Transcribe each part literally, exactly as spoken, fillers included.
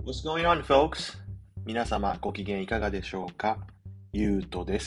What's going on, folks? 皆様ご機嫌いかがでしょうか？ゆうとです、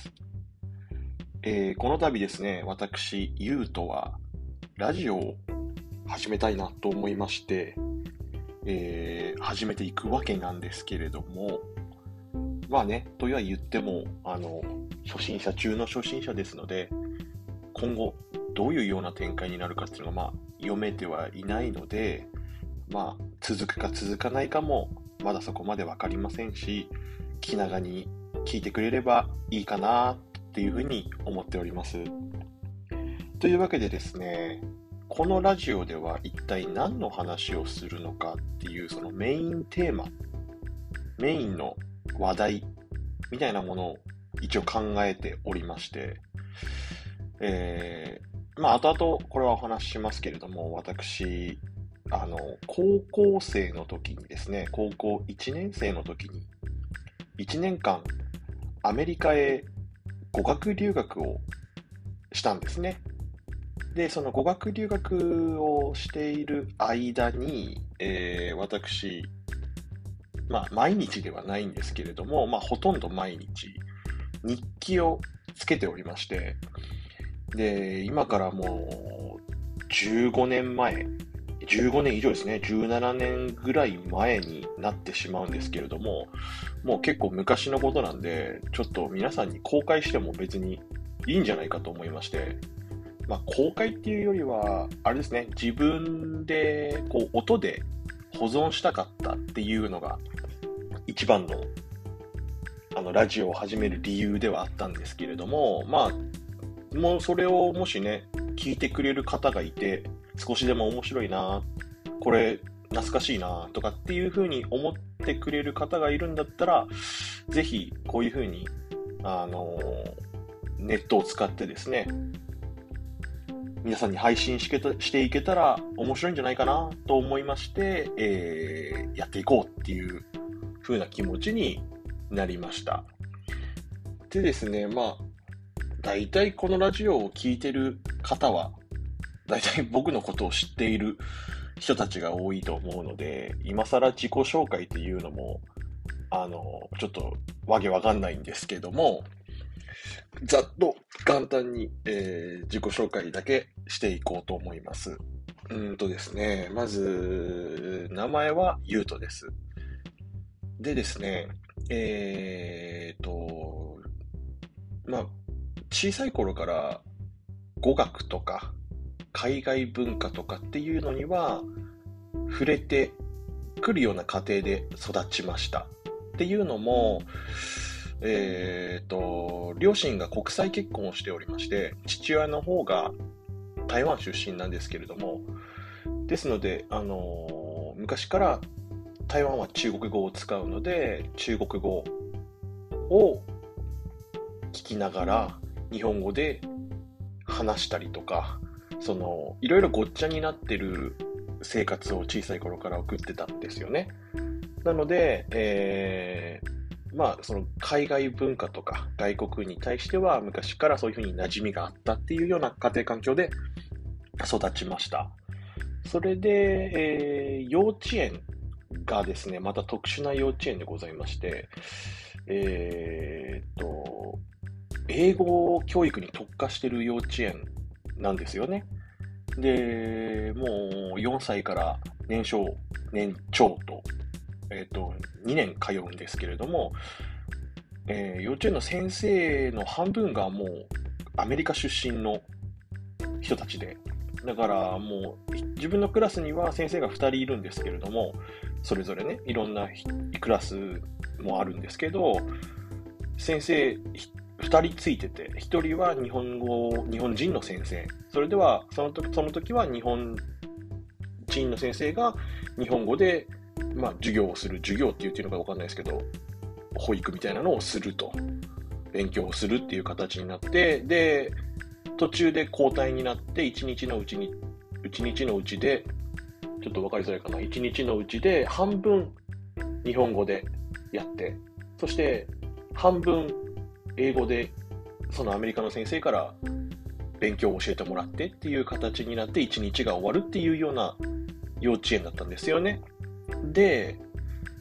えーこの度ですね、私、ゆうとはラジオを始めたいなと思いまして、えー始めていくわけなんですけれども、まあね、とは言っても、あの、初心者中の初心者ですので、今後どういうような展開になるかっていうのが、まあ、読めてはいないので、まあ、続くか続かないかも、まだそこまでわかりませんし、気長に聞いてくれればいいかなっていうふうに思っております。というわけでですね、このラジオでは一体何の話をするのかっていうそのメインテーマ、メインの話題みたいなものを一応考えておりまして、えー、まあ後々これはお話ししますけれども、私、あの、高校生の時にですね、高校いちねん生の時に、いちねんかんアメリカへ語学留学をしたんですね。で、その語学留学をしている間に、えー私、まあ、毎日ではないんですけれども、まあ、ほとんど毎日、日記をつけておりまして、で、今からもう、じゅうごねんまえ、じゅうごねん以上ですね、じゅうななねんぐらい前になってしまうんですけれども、もう結構昔のことなんで、ちょっと皆さんに公開しても別にいいんじゃないかと思いまして、まあ、公開っていうよりは、あれですね、自分でこう音で保存したかったっていうのが一番のあのラジオを始める理由ではあったんですけれども、まあ、もうそれをもしね、聞いてくれる方がいて、少しでも面白いな、これ懐かしいなとかっていう風に思ってくれる方がいるんだったら、ぜひこういう風に、あのネットを使ってですね、皆さんに配信しけたしていけたら面白いんじゃないかなと思いまして、えーやっていこうっていう風な気持ちになりました。でですね、まあ、大体このラジオを聞いてる方は、大体僕のことを知っている人たちが多いと思うので、今更自己紹介っていうのも、あの、ちょっとわけわかんないんですけども、ざっと簡単に、えー自己紹介だけしていこうと思います。うーんとですね、まず、名前はゆうとです。でですね、えーと、まあ、小さい頃から語学とか海外文化とかっていうのには触れてくるような家庭で育ちました。っていうのも、えーと、両親が国際結婚をしておりまして、父親の方が台湾出身なんですけれども、ですので、あのー昔から台湾は中国語を使うので、中国語を聞きながら日本語で話したりとか、その、いろいろごっちゃになってる生活を小さい頃から送ってたんですよね。なので、えーまあ、その海外文化とか外国に対しては昔からそういうふうに馴染みがあったっていうような家庭環境で育ちました。それで、えー幼稚園がですね、また特殊な幼稚園でございまして、えーっと、英語教育に特化している幼稚園なんですよね。で、もうよんさいから年少、年長と、えっと、にねん通うんですけれども、えー幼稚園の先生の半分がもうアメリカ出身の人たちで、だからもう自分のクラスには先生がふたりいるんですけれども、それぞれね、いろんなクラスもあるんですけど、先生ふたりついてて、ひとりは日本語、日本人の先生、それではその時その時は日本人の先生が日本語で、まあ、授業をする、授業って言っていうのか分かんないですけど、保育みたいなのをすると、勉強をするっていう形になって、で、途中で交代になって、いちにちのうちに、いちにちのうちで、ちょっと分かりづらいかな、いちにちのうちで半分日本語でやって、そして半分英語で、そのアメリカの先生から勉強を教えてもらってっていう形になって、いちにちが終わるっていうような幼稚園だったんですよね。で、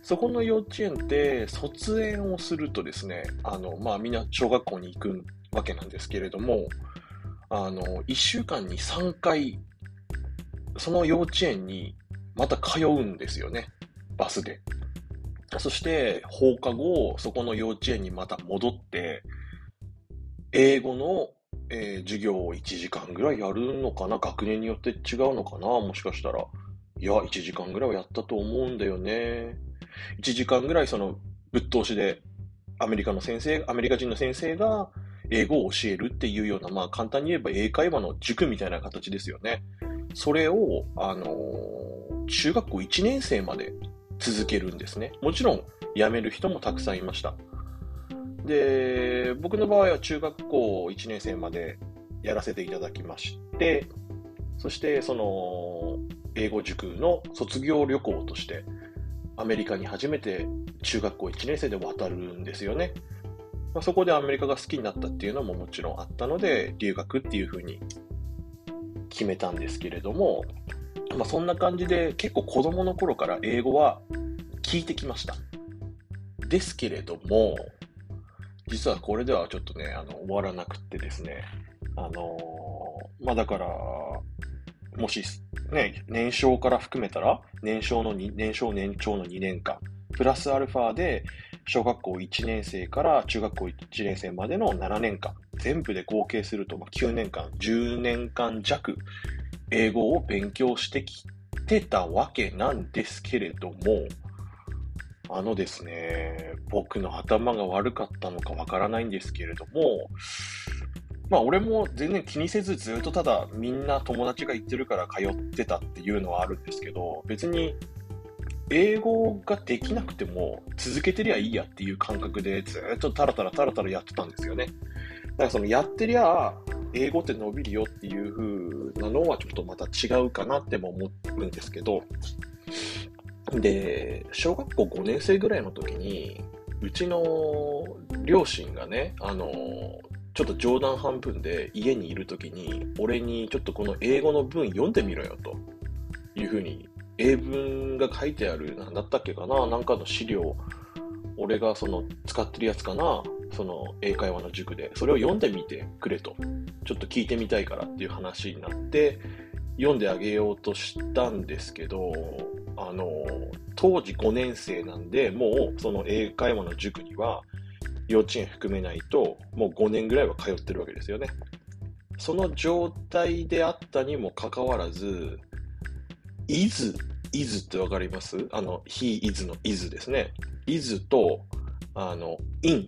そこの幼稚園って卒園をするとですね、あの、まあみんな小学校に行くわけなんですけれども、あの、いっしゅうかんにさんかい、その幼稚園にまた通うんですよね。バスで。そして放課後、そこの幼稚園にまた戻って、英語の、えー授業をいちじかんぐらいやるのかな、学年によって違うのかな、もしかしたら。いや、いちじかんぐらいはやったと思うんだよね。いちじかんぐらいそのぶっ通しでアメリカの先生、アメリカ人の先生が英語を教えるっていうような、まあ簡単に言えば英会話の塾みたいな形ですよね。それを、あのー中学校いちねん生まで続けるんですね。もちろん辞める人もたくさんいました。で、僕の場合は中学校いちねん生までやらせていただきまして、そしてその英語塾の卒業旅行としてアメリカに初めて中学校いちねん生で渡るんですよね。まあ、そこでアメリカが好きになったっていうのももちろんあったので、留学っていうふうに決めたんですけれども、まあ、そんな感じで結構子供の頃から英語は聞いてきました。ですけれども、実はこれではちょっとね、あの、終わらなくってですね、あのーまあ、だから、もし、ね、年少から含めたら、年少のに、年少年長のにねんかん、プラスアルファで、小学校いちねん生から中学校いちねん生までのななねんかん、全部で合計するとまあきゅうねんかん、じゅうねんかん弱、英語を勉強してきてたわけなんですけれども、あのですね、僕の頭が悪かったのかわからないんですけれども、まあ俺も全然気にせずずっとただみんな友達が言ってるから通ってたっていうのはあるんですけど、別に英語ができなくても続けてりゃいいやっていう感覚でずっとタラタラタラタラやってたんですよね。だからそのやってりゃ英語って伸びるよっていう風なのはちょっとまた違うかなっても思うんですけど、で、小学校ごねん生ぐらいの時に、うちの両親がね、あの、ちょっと冗談半分で家にいる時に、俺にちょっとこの英語の文読んでみろよというふうに、英文が書いてある、なんだったっけかな、なんかの資料、俺がその使ってるやつかな、その英会話の塾で、それを読んでみてくれと、ちょっと聞いてみたいからっていう話になって、読んであげようとしたんですけど、あの、当時ごねん生なんで、もうその英会話の塾には幼稚園含めないと、もうごねんぐらいは通ってるわけですよね。その状態であったにもかかわらず、is, is ってわかります？あの、he is の is ですね。is と、あの、in,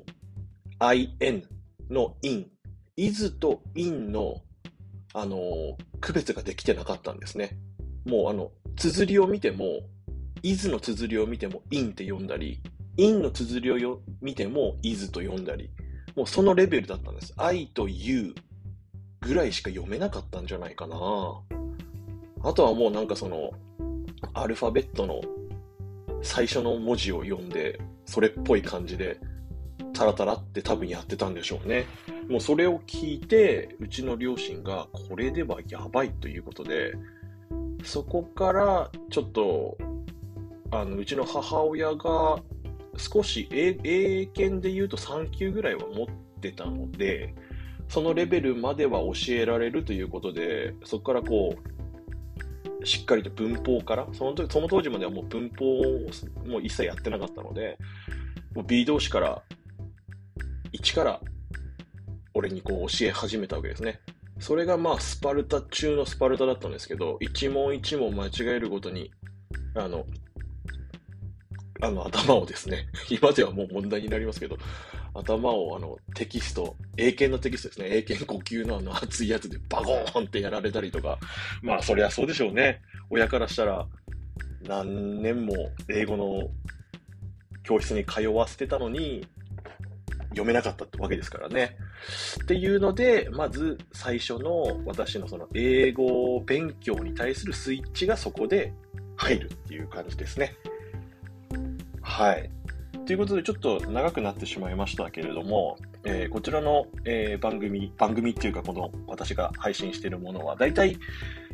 in の in, is と in の、あの、区別ができてなかったんですね。もうあの、綴りを見ても、is の綴りを見ても in って読んだり、in の綴りをよ見ても is と読んだり、もうそのレベルだったんです。I と you ぐらいしか読めなかったんじゃないかな。あとはもうなんかその、アルファベットの最初の文字を読んで、それっぽい感じで、タラタラって多分やってたんでしょうね。もうそれを聞いて、うちの両親がこれではやばいということで、そこからちょっと、あの、うちの母親が少し英、英検で言うとさん級ぐらいは持ってたので、そのレベルまでは教えられるということで、そこからこう、しっかりと文法から、その時、その当時まではもう文法をもう一切やってなかったので、もう B 動詞から一から俺にこう教え始めたわけですね。それがまあスパルタ中のスパルタだったんですけど、一問一問間違えるごとに、あの、あの頭をですね、今ではもう問題になりますけど、頭をあのテキスト、英検のテキストですね、英検ご級のあの熱いやつでバゴーンってやられたりとか、まあそりゃそうでしょうね。親からしたら何年も英語の教室に通わせてたのに、読めなかったってわけですからね。っていうので、まず最初の私のその英語勉強に対するスイッチがそこで入るっていう感じですね。はい。ということでちょっと長くなってしまいましたけれども、えーこちらの、えー番組、番組っていうかこの私が配信しているものはだいたい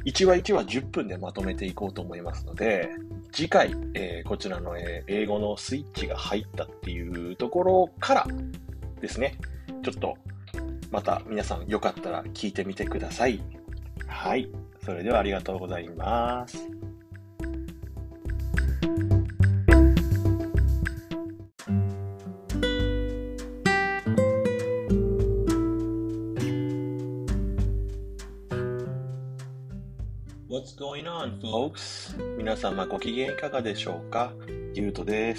いちわいちわじゅっぷんでまとめていこうと思いますので、次回、えーこちらの、えー英語のスイッチが入ったっていうところからですね、ちょっとまた皆さんよかったら聞いてみてください。はい。それではありがとうございます。What's going on, folks? 皆様ご機嫌いかがでしょうか？ゆうとです。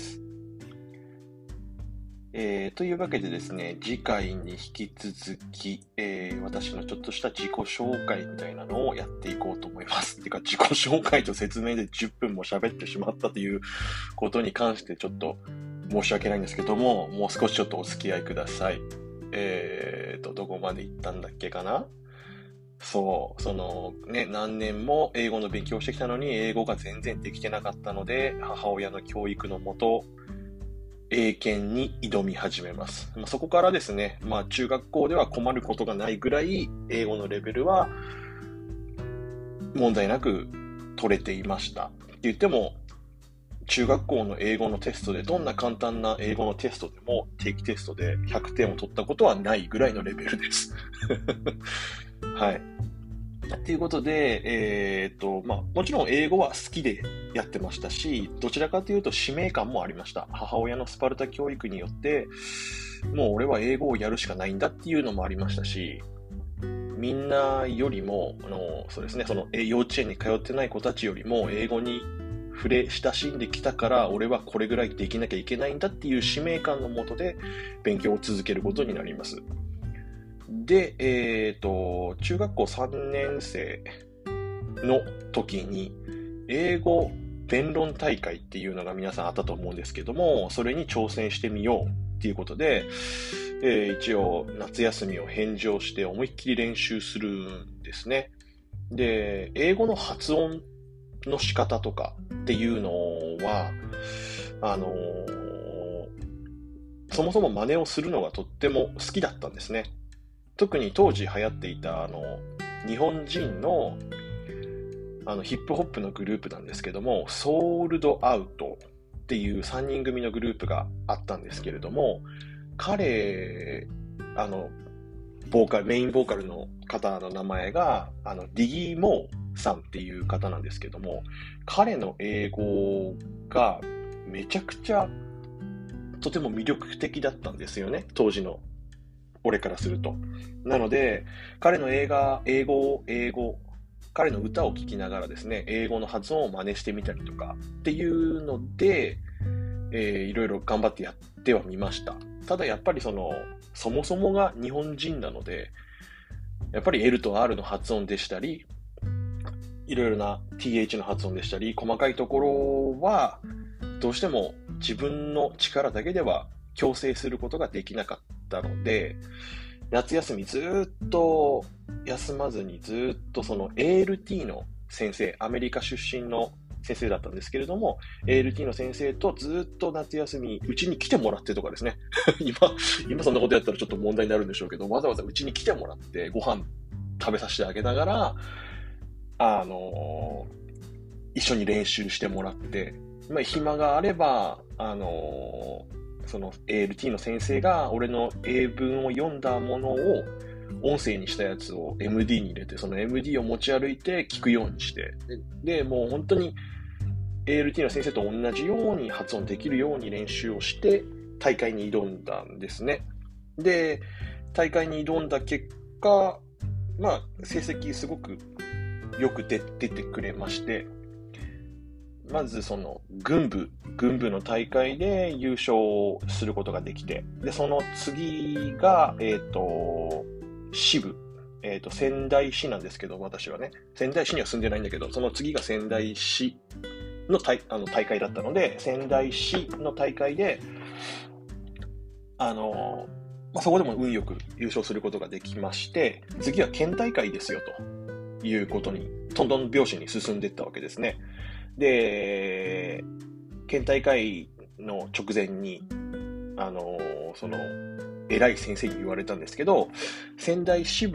えー、というわけでですね、次回に引き続き、えー、私のちょっとした自己紹介みたいなのをやっていこうと思います。てか、自己紹介と説明でじゅっぷんも喋ってしまったということに関してちょっと申し訳ないんですけども、もう少しちょっとお付き合いください。えーと、どこまで行ったんだっけかな？そう、そのね、何年も英語の勉強をしてきたのに、英語が全然できてなかったので、母親の教育のもと、英検に挑み始めます。まあ、そこからですね、まあ中学校では困ることがないぐらい、英語のレベルは問題なく取れていました。って言っても、中学校の英語のテストで、どんな簡単な英語のテストでも、定期テストでひゃくてんを取ったことはないぐらいのレベルです。はい。ということで、えーっと、まあ、もちろん英語は好きでやってましたし、どちらかというと使命感もありました。母親のスパルタ教育によって、もう俺は英語をやるしかないんだっていうのもありましたし、みんなよりも、あの、そうですね、そのえ幼稚園に通ってない子たちよりも英語に触れ親しんできたから、俺はこれぐらいできなきゃいけないんだっていう使命感のもとで勉強を続けることになります。で、えっと、中学校さんねん生の時に、英語弁論大会っていうのが皆さんあったと思うんですけども、それに挑戦してみようっていうことで、えー一応夏休みを返上して思いっきり練習するんですね。で、英語の発音の仕方とかっていうのは、あのーそもそも真似をするのがとっても好きだったんですね。特に当時流行っていたあの日本人のあのヒップホップのグループなんですけども、ソールドアウトっていうさんにん組のグループがあったんですけれども、彼、あの、ボーカル、メインボーカルの方の名前が、あの、ディギー・モーさんっていう方なんですけども、彼の英語がめちゃくちゃとても魅力的だったんですよね、当時の俺からすると。なので、彼の映画、英語、英語、彼の歌を聴きながらですね、英語の発音を真似してみたりとかっていうので、えーいろいろ頑張ってやってはみました。ただやっぱりその、そもそもが日本人なので、やっぱり L と R の発音でしたり、いろいろな ティーエイチ の発音でしたり、細かいところは、どうしても自分の力だけでは矯正することができなかったので、夏休みずーっと休まずにずーっとその エーエルティー の先生、アメリカ出身の先生だったんですけれども、エーエルティー の先生とずーっと夏休み、うちに来てもらってとかですね。今、今そんなことやったらちょっと問題になるんでしょうけど、わざわざうちに来てもらってご飯食べさせてあげながら、あのー一緒に練習してもらって、まあ、暇があれば、あのーその エーエルティー の先生が俺の英文を読んだものを音声にしたやつを エムディー に入れて、その エムディー を持ち歩いて聞くようにして、で、でもう本当に エーエルティー の先生と同じように発音できるように練習をして大会に挑んだんですね。で、大会に挑んだ結果、まあ、成績すごくよく出出てくれまして、まずその軍部、軍部の大会で優勝することができて、で、その次が、えっと、支部、えっと、仙台市なんですけど、私はね、仙台市には住んでないんだけど、その次が仙台市の大、あの大会だったので、仙台市の大会で、あの、まあ、そこでも運よく優勝することができまして、次は県大会ですよ、ということに、どんどん拍子に進んでいったわけですね。で、県大会の直前に、あの、その、偉い先生に言われたんですけど、仙台支部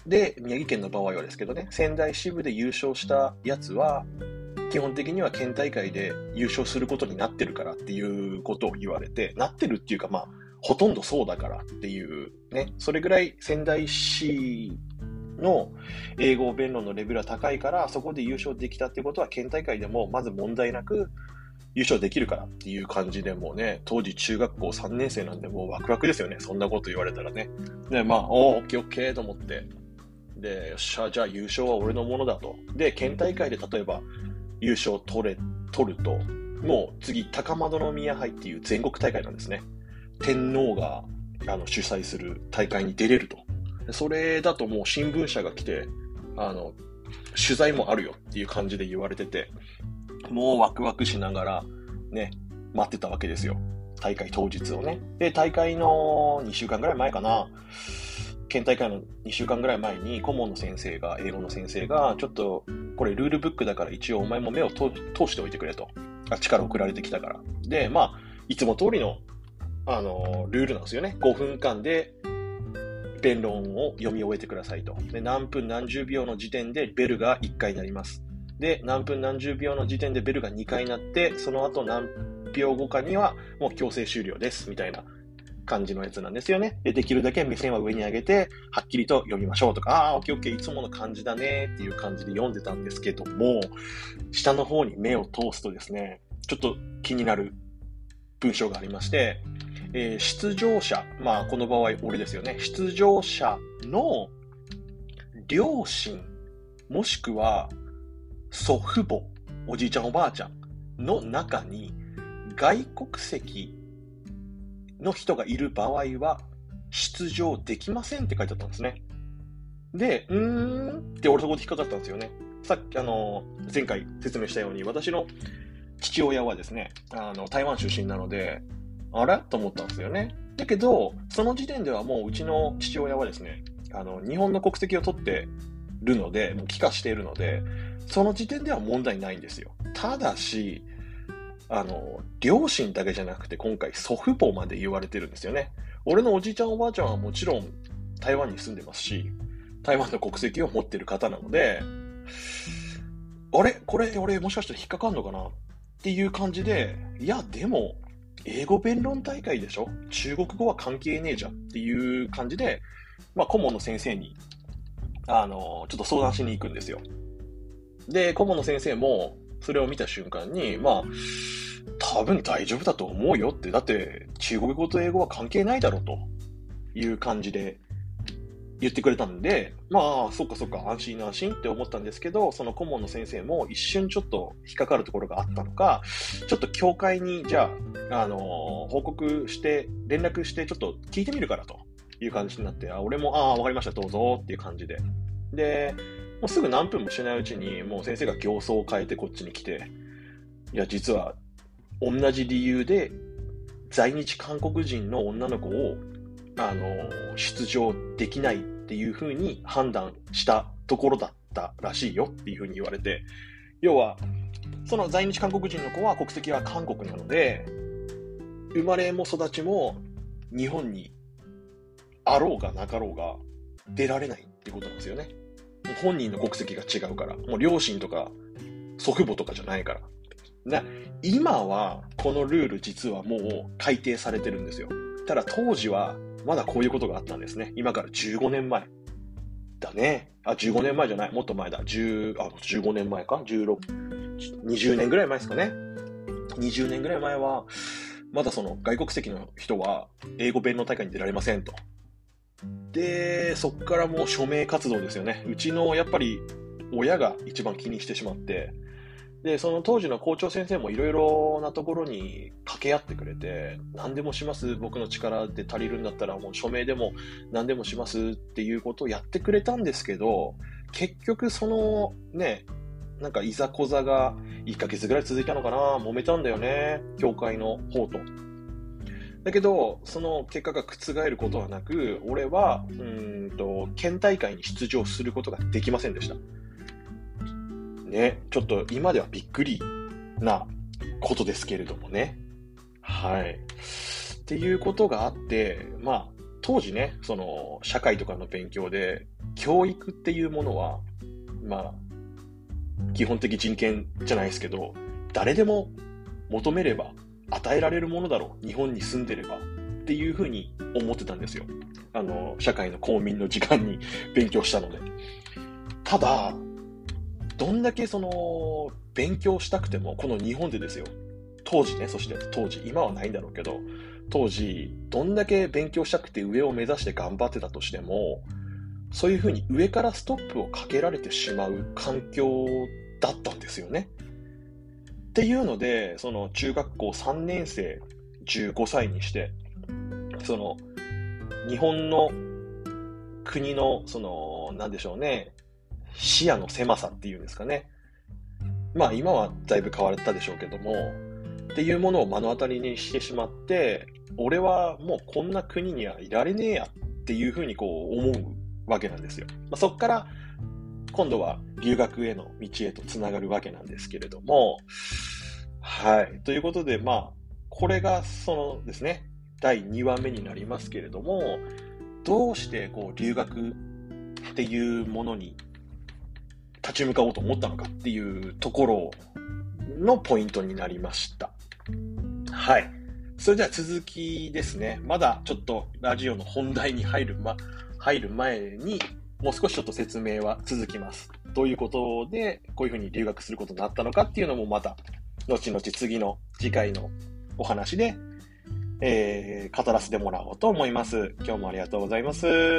で、宮城県の場合はですけどね、仙台支部で優勝したやつは、基本的には県大会で優勝することになってるからっていうことを言われて、なってるっていうかまあ、ほとんどそうだからっていうね、それぐらい仙台市の英語弁論のレベルは高いから、そこで優勝できたってことは県大会でもまず問題なく優勝できるからっていう感じでもうね、当時中学校さんねん生なんでもうワクワクですよね。そんなこと言われたらね。で、まあ、おー、オッケーオッケーと思って。で、よっしゃ、じゃあ優勝は俺のものだと。で、県大会で例えば優勝取れ、取ると、もう次、高円宮杯っていう全国大会なんですね。天皇があの主催する大会に出れると。それだともう新聞社が来て、あの、取材もあるよっていう感じで言われてて、もうワクワクしながらね、待ってたわけですよ。大会当日をね。で、大会のにしゅうかんぐらい前かな。県大会のにしゅうかんぐらい前に顧問の先生が、英語の先生が、ちょっとこれルールブックだから一応お前も目を通しておいてくれと。あ、力送られてきたから。で、まあ、いつも通りの、あの、ルールなんですよね。ごふんかんで弁論を読み終えてくださいと。で、何分何十秒の時点でベルがいっかいになります。で、何分何十秒の時点でベルがにかいになって、その後何秒後かにはもう強制終了です、みたいな感じのやつなんですよね。で、できるだけ目線は上に上げて、はっきりと読みましょうとか、ああ、オッケーオッケー、いつもの感じだねっていう感じで読んでたんですけども、下の方に目を通すとですね、ちょっと気になる文章がありまして、えー、出場者、まあこの場合俺ですよね、出場者の両親、もしくは祖父母、おじいちゃんおばあちゃんの中に外国籍の人がいる場合は出場できませんって書いてあったんですね。で、うーんって俺そこで引っかかったんですよね。さっきあの前回説明したように私の父親はですね、あの台湾出身なので、あれと思ったんですよね。だけどその時点ではもううちの父親はですね、あの日本の国籍を取ってるので、もう帰化しているので、その時点では問題ないんですよ。ただし、あの、両親だけじゃなくて今回祖父母まで言われてるんですよね。俺のおじいちゃんおばあちゃんはもちろん台湾に住んでますし、台湾の国籍を持ってる方なので、あれこれ俺もしかしたら引っかかんのかなっていう感じで、いやでも、英語弁論大会でしょ、中国語は関係ねえじゃんっていう感じで、まあ顧問の先生に、あの、ちょっと相談しに行くんですよ。で、顧問の先生も、それを見た瞬間に、まあ、多分大丈夫だと思うよって、だって中国語と英語は関係ないだろうという感じで言ってくれたんで、まあ、そっかそっか、安心安心って思ったんですけど、その顧問の先生も一瞬ちょっと引っかかるところがあったのか、ちょっと教会に、じゃあ、あのー、報告して、連絡して、ちょっと聞いてみるからという感じになって、あ、俺も、ああ、わかりました、どうぞっていう感じで。で、もうすぐ何分もしないうちに、もう先生が形相を変えてこっちに来て、いや、実は、同じ理由で、在日韓国人の女の子を、あの、出場できないっていう風に判断したところだったらしいよっていう風に言われて、要は、その在日韓国人の子は国籍は韓国なので、生まれも育ちも日本にあろうがなかろうが出られないってことなんですよね。本人の国籍が違うから、もう両親とか祖父母とかじゃないから。な、今はこのルール実はもう改定されてるんですよ。ただ当時はまだこういうことがあったんですね。今からじゅうごねんまえだね。あ、じゅうごねんまえじゃない。もっと前だ。じゅう、あ、じゅうごねんまえか ?じゅうろく、にじゅうねんぐらい前ですかね。にじゅうねんぐらい前は、まだその外国籍の人は英語弁論大会に出られませんと。で、そっからもう署名活動ですよね。うちのやっぱり親が一番気にしてしまって、で、その当時の校長先生もいろいろなところに掛け合ってくれて、何でもします、僕の力で足りるんだったらもう署名でも何でもしますっていうことをやってくれたんですけど、結局そのね、なんかいざこざがいっかげつぐらい続いたのかな、揉めたんだよね、教会の方と。だけど、その結果が覆ることはなく、俺は、うーんと、県大会に出場することができませんでした。ね、ちょっと今ではびっくりなことですけれどもね。はい。っていうことがあって、まあ、当時ね、その、社会とかの勉強で、 教育っていうものは、まあ、基本的人権じゃないですけど、誰でも求めれば与えられるものだろう。日本に住んでれば。っていうふうに思ってたんですよ。あの、社会の公民の時間に勉強したので。ただ、どんだけその、勉強したくても、この日本でですよ。当時ね、そして当時、今はないんだろうけど、当時、どんだけ勉強したくて上を目指して頑張ってたとしても、そういうふうに上からストップをかけられてしまう環境だったんですよね。っていうので、その中学校さんねん生、じゅうごさいにして、その、日本の国の、その、なんでしょうね、視野の狭さっていうんですかね。まあ今はだいぶ変わったでしょうけども、っていうものを目の当たりにしてしまって、俺はもうこんな国にはいられねえやっていうふうにこう思うわけなんですよ。まあ、そこから今度は留学への道へとつながるわけなんですけれども、はい。ということで、まあ、これがそのですね、だいにわめになりますけれども、どうしてこう留学っていうものに立ち向かおうと思ったのかっていうところのポイントになりました。はい。それでは続きですね。まだちょっとラジオの本題に入る、ま、入る前に、もう少しちょっと説明は続きます。どういうことでこういうふうに留学することになったのかっていうのもまた、後々次の次回のお話で、えー、語らせてもらおうと思います。今日もありがとうございます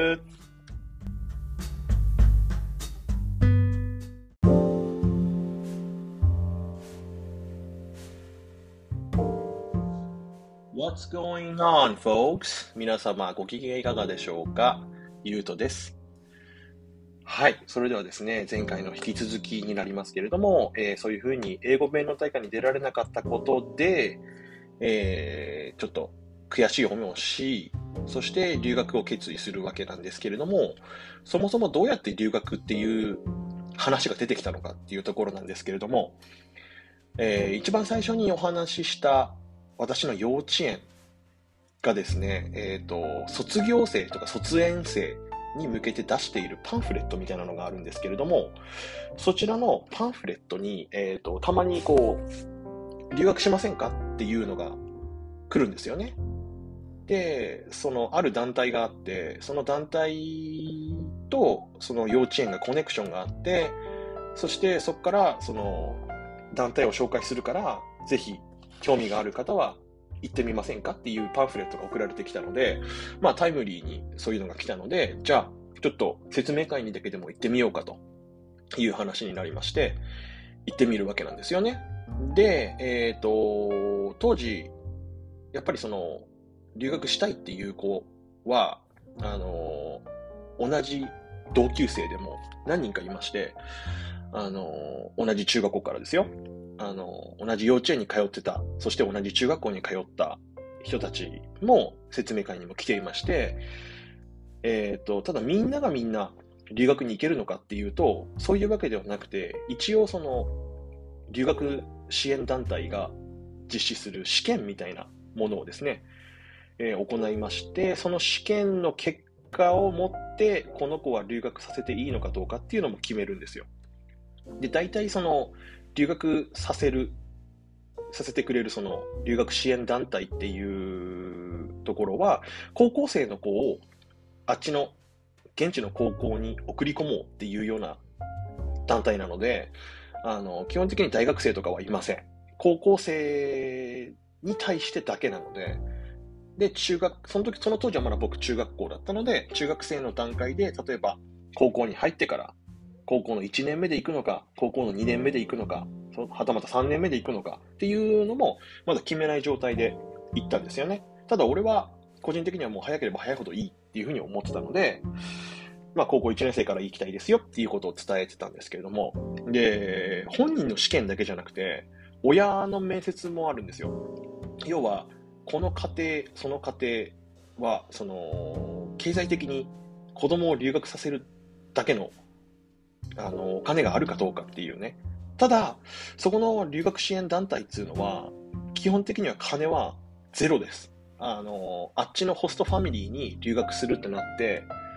。What's going on, folks? 皆様ご機嫌いかがでしょうか？ゆうとです。はい。それではですね、前回の引き続きになりますけれども、えー、そういうふうに英語弁論大会に出られなかったことで、えー、ちょっと悔しい思いをし、そして留学を決意するわけなんですけれども、そもそもどうやって留学っていう話が出てきたのかっていうところなんですけれども、えー、一番最初にお話しした私の幼稚園がですね、えっと、卒業生とか卒園生に向けて出しているパンフレットみたいなのがあるんですけれども、そちらのパンフレットに、えっと、たまにこう、留学しませんかっていうのが来るんですよね。で、そのある団体があって、その団体とその幼稚園がコネクションがあって、そしてそこからその団体を紹介するから、ぜひ興味がある方は行ってみませんかっていうパンフレットが送られてきたので、まあタイムリーにそういうのが来たので、じゃあちょっと説明会にだけでも行ってみようかという話になりまして、行ってみるわけなんですよね。で、えっと、当時、やっぱりその、留学したいっていう子は、あの、同じ同級生でも何人かいまして、あの、同じ中学校からですよ。あの、同じ幼稚園に通ってた、そして同じ中学校に通った人たちも説明会にも来ていまして、えっと、ただみんながみんな留学に行けるのかっていうと、そういうわけではなくて、一応その、留学支援団体が実施する試験みたいなものをですね、えー行いまして、その試験の結果をもって、この子は留学させていいのかどうかっていうのも決めるんですよ。で、大体その、留学させる、させてくれるその、留学支援団体っていうところは、高校生の子を、あっちの、現地の高校に送り込もうっていうような団体なので、あの、基本的に大学生とかはいません。高校生に対してだけなので、で、中学、その時、その当時はまだ僕中学校だったので、中学生の段階で、例えば高校に入ってから、高校のいちねんめで行くのか、高校のにねんめで行くのか、はたまたさんねんめで行くのかっていうのも、まだ決めない状態で行ったんですよね。ただ俺は、個人的にはもう早ければ早いほどいいっていうふうに思ってたので、まあ高校いちねん生から行きたいですよっていうことを伝えてたんですけれども、で、本人の試験だけじゃなくて、親の面接もあるんですよ。要は、この家庭、その家庭は、その、経済的に子供を留学させるだけの、あの、お金があるかどうかっていうね。ただ、そこの留学支援団体っていうのは、基本的には金はゼロです。あの、あっちのホストファミリーに留学するってなって、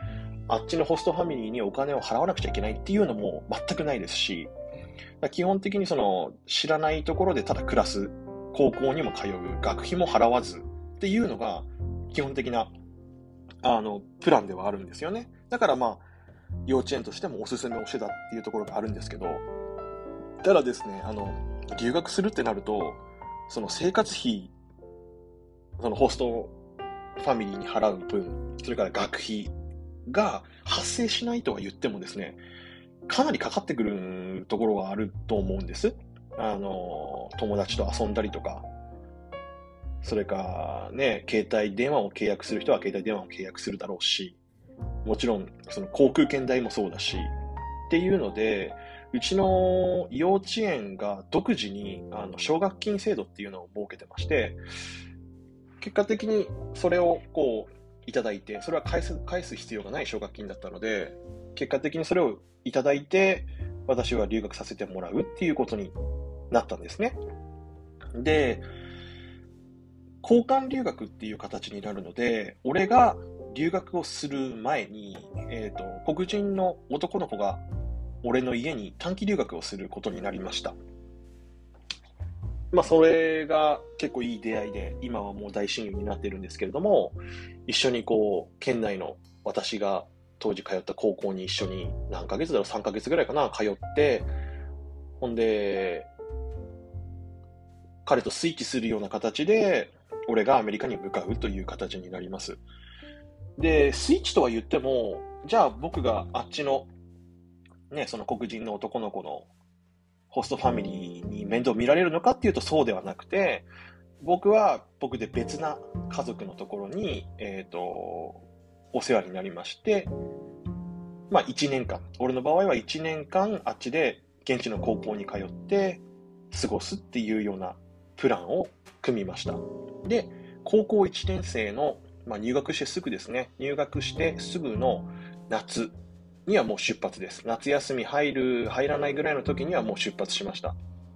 あっちのホストファミリーにお金を払わなくちゃいけないっていうのも全くないですし、基本的にその知らないところでただ暮らす、高校にも通う、学費も払わずっていうのが基本的なあのプランではあるんですよね。だからまあ幼稚園としてもおすすめをしてたっていうところがあるんですけど、ただですね、あの留学するってなると、その生活費、そのホストファミリーに払う分、それから学費が発生しないとは言ってもですね、かなりかかってくるところがあると思うんです。あの、友達と遊んだりとか、それかね、携帯電話を契約する人は携帯電話を契約するだろうし、もちろんその航空券代もそうだし、っていうので、うちの幼稚園が独自にあの奨学金制度っていうのを設けてまして、結果的にそれをこういただいて、それは返す、返す必要がない奨学金だったので、結果的にそれをいただいて、私は留学させてもらうっていうことになったんですね。で、交換留学っていう形になるので、俺が留学をする前に、えっと、黒人の男の子が俺の家に短期留学をすることになりました。まあ、それが結構いい出会いで、今はもう大親友になってるんですけれども、一緒にこう、県内の私が当時通った高校に一緒に何ヶ月だろう、さんかげつぐらいかな、通って、ほんで、彼とスイッチするような形で、俺がアメリカに向かうという形になります。で、スイッチとは言っても、じゃあ僕があっちの、ね、その黒人の男の子のホストファミリーに面倒見られるのかっていうとそうではなくて、僕は僕で別な家族のところに、えっと、お世話になりまして、まあいちねんかん、俺の場合はいちねんかんあっちで現地の高校に通って過ごすっていうようなプランを組みました。で、高校いちねん生の、まあ、入学してすぐですね、入学してすぐの夏にはもう出発です。夏休み入る、入らないぐらいの時にはもう出発しました。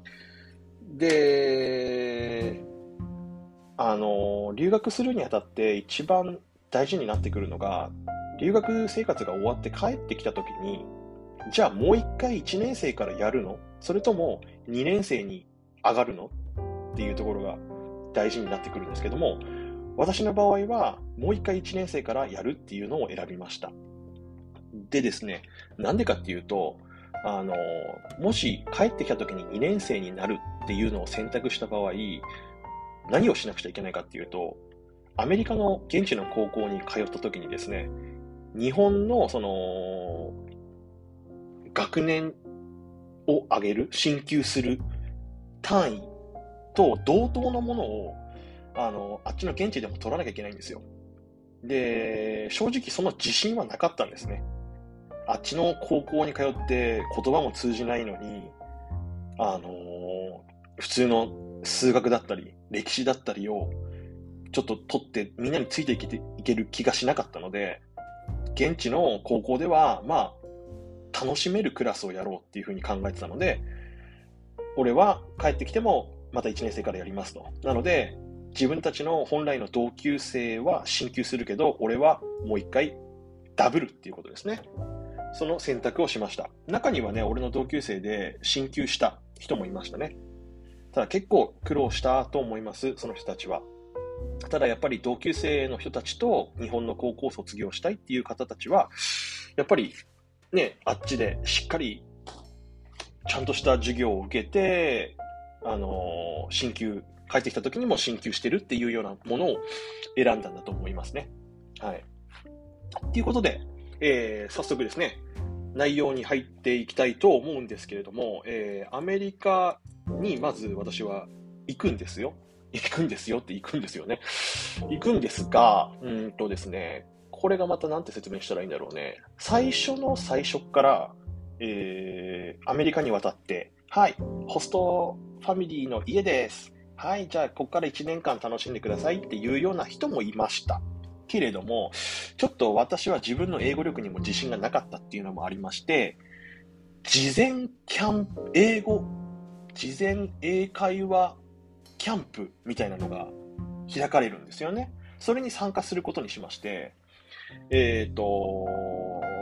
で、あの、留学するにあたって一番大事になってくるのが、留学生活が終わって帰ってきた時に、じゃあもう一回いちねん生からやるの？それともにねん生に上がるの？っていうところが大事になってくるんですけども、私の場合はもう一回いちねん生からやるっていうのを選びました。でですね、なんでかっていうと、あの、もし帰ってきた時ににねん生になるっていうのを選択した場合、何をしなくちゃいけないかっていうと、アメリカの現地の高校に通った時にですね、日本のその、学年を上げる、進級する単位と同等のものを、あの、あっちの現地でも取らなきゃいけないんですよ。で、正直その自信はなかったんですね。あっちの高校に通って言葉も通じないのに、あのー普通の数学だったり、歴史だったりをちょっと取ってみんなについていけていける気がしなかったので、現地の高校では、まあ、楽しめるクラスをやろうっていうふうに考えてたので、俺は帰ってきてもまたいちねん生からやりますと。なので、自分たちの本来の同級生は進級するけど、俺はもう一回ダブルっていうことですね。その選択をしました。中にはね、俺の同級生で進級した人もいましたね。ただ結構苦労したと思います、その人たちは。ただやっぱり同級生の人たちと日本の高校を卒業したいっていう方たちは、やっぱりね、あっちでしっかりちゃんとした授業を受けて、あのー進級、帰ってきた時にも進級してるっていうようなものを選んだんだと思いますね。はい。ということで、えー早速ですね、内容に入っていきたいと思うんですけれども、えーアメリカにまず私は行くんですよ。行くんですよって行くんですよね。行くんですが、うーんとですね、これがまたなんて説明したらいいんだろうね。最初の最初から、えーアメリカに渡って、はい、ホストファミリーの家です。はい、じゃあ、ここからいちねんかん楽しんでくださいっていうような人もいました。けれども、ちょっと私は自分の英語力にも自信がなかったっていうのもありまして、事前キャンプ、英語、事前英会話キャンプみたいなのが開かれるんですよね。それに参加することにしまして、えっと、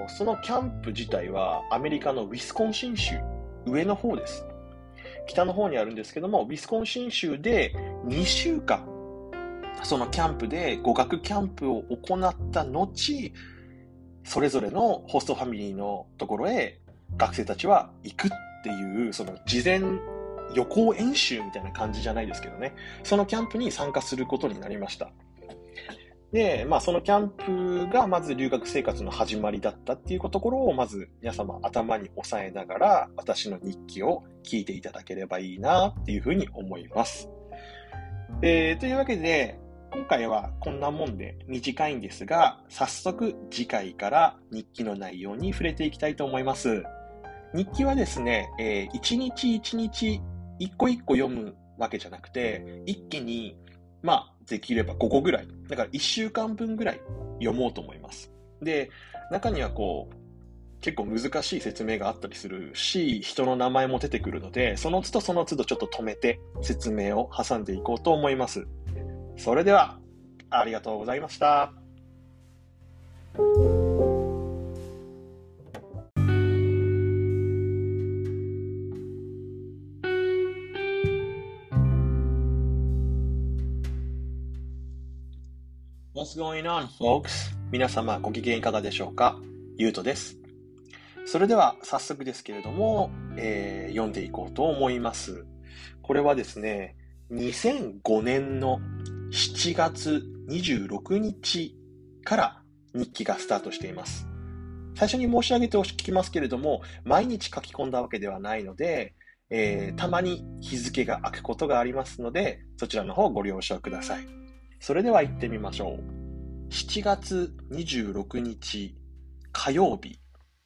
そのキャンプ自体はアメリカのウィスコンシン州、上の方です。北の方にあるんですけども、ウィスコンシン州でにしゅうかん、そのキャンプで語学キャンプを行った後、それぞれのホストファミリーのところへ学生たちは行くっていう、その事前予行演習みたいな感じじゃないですけどね、そのキャンプに参加することになりました。で、まあそのキャンプがまず留学生活の始まりだったっていうところをまず皆様頭に押さえながら私の日記を聞いていただければいいなっていうふうに思います。えー、というわけで今回はこんなもんで短いんですが、早速次回から日記の内容に触れていきたいと思います。日記はですね、えー、一日一日一個一個読むわけじゃなくて、一気にまあできればごこぐらい、だからいっしゅうかんぶんぐらい読もうと思います。で、中にはこう結構難しい説明があったりするし、人の名前も出てくるので、その都度その都度ちょっと止めて説明を挟んでいこうと思います。それでは、ありがとうございました。What's going on, folks? 皆様ご機嫌いかがでしょうか？ゆうとです。それでは早速ですけれども、えー、読んでいこうと思います。これはですね、にせんごねんのしちがつにじゅうろくにちから日記がスタートしています。最初に申し上げておきますけれども、毎日書き込んだわけではないので、えー、たまに日付が空くことがありますので、そちらの方ご了承ください。それでは行ってみましょう。しちがつにじゅうろくにち火曜日。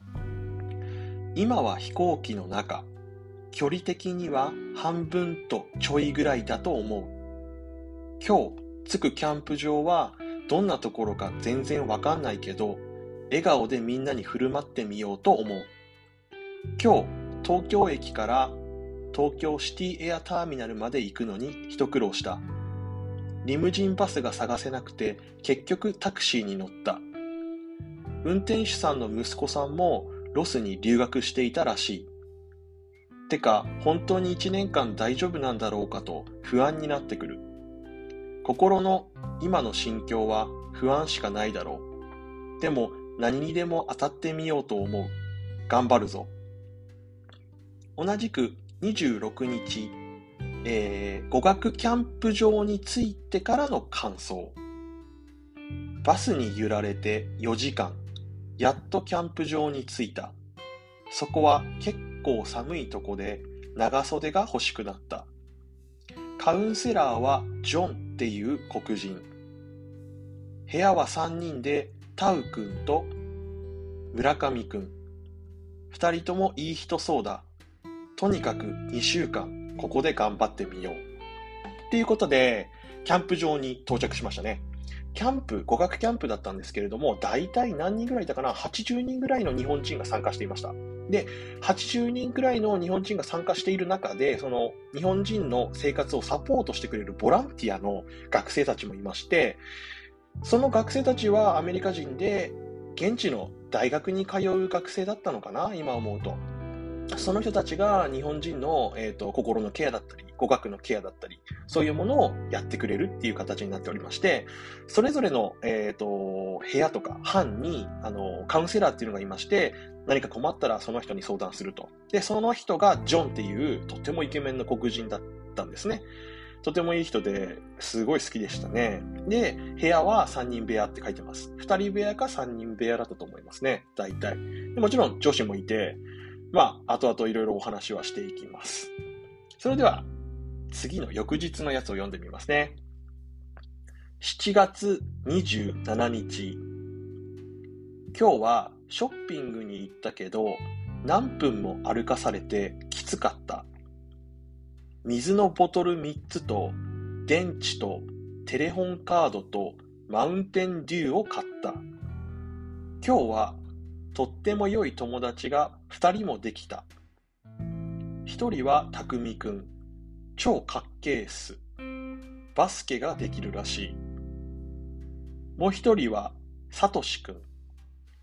今は飛行機の中。距離的には半分とちょいぐらいだと思う。今日着くキャンプ場はどんなところか全然わかんないけど、笑顔でみんなに振る舞ってみようと思う。今日東京駅から東京シティエアターミナルまで行くのに一苦労した。リムジンバスが探せなくて結局タクシーに乗った。運転手さんの息子さんもロスに留学していたらしい。てか、本当にいちねんかん大丈夫なんだろうかと不安になってくる。心の今の心境は不安しかないだろう。でも何にでも当たってみようと思う。頑張るぞ。同じくにじゅうろくにち、えー、語学キャンプ場に着いてからの感想。バスに揺られてよじかん。やっとキャンプ場に着いた。そこは結構寒いとこで長袖が欲しくなった。カウンセラーはジョンっていう黒人。部屋はさんにんでタウ君と村上君。ふたりともいい人そうだ。とにかくにしゅうかんここで頑張ってみよう。っていうことでキャンプ場に到着しましたね。キャンプ、語学キャンプだったんですけれども、大体何人ぐらいいたかな ?はちじゅうにんぐらいの日本人が参加していました。で、はちじゅうにんぐらいの日本人が参加している中で、その日本人の生活をサポートしてくれるボランティアの学生たちもいまして、その学生たちはアメリカ人で、現地の大学に通う学生だったのかな今思うと。その人たちが日本人の、えーと、心のケアだったり、語学のケアだったり、そういうものをやってくれるっていう形になっておりまして、それぞれの、えーと、部屋とか班にあのカウンセラーっていうのがいまして、何か困ったらその人に相談すると。で、その人がジョンっていうとてもイケメンの黒人だったんですね。とてもいい人ですごい好きでしたね。で、部屋はさんにん部屋って書いてます。ふたり部屋かさんにん部屋だったと思いますね。大体。でもちろん女子もいて、まあ、後々いろいろお話はしていきます。それでは、次の翌日のやつを読んでみますね。しちがつにじゅうしちにち。今日はショッピングに行ったけど、何分も歩かされてきつかった。水のボトルみっつと、電池とテレホンカードとマウンテンデューを買った。今日はとっても良い友達がふたりもできた。ひとりはたくみくん。超かっけーっす。バスケができるらしい。もうひとりはさとしくん。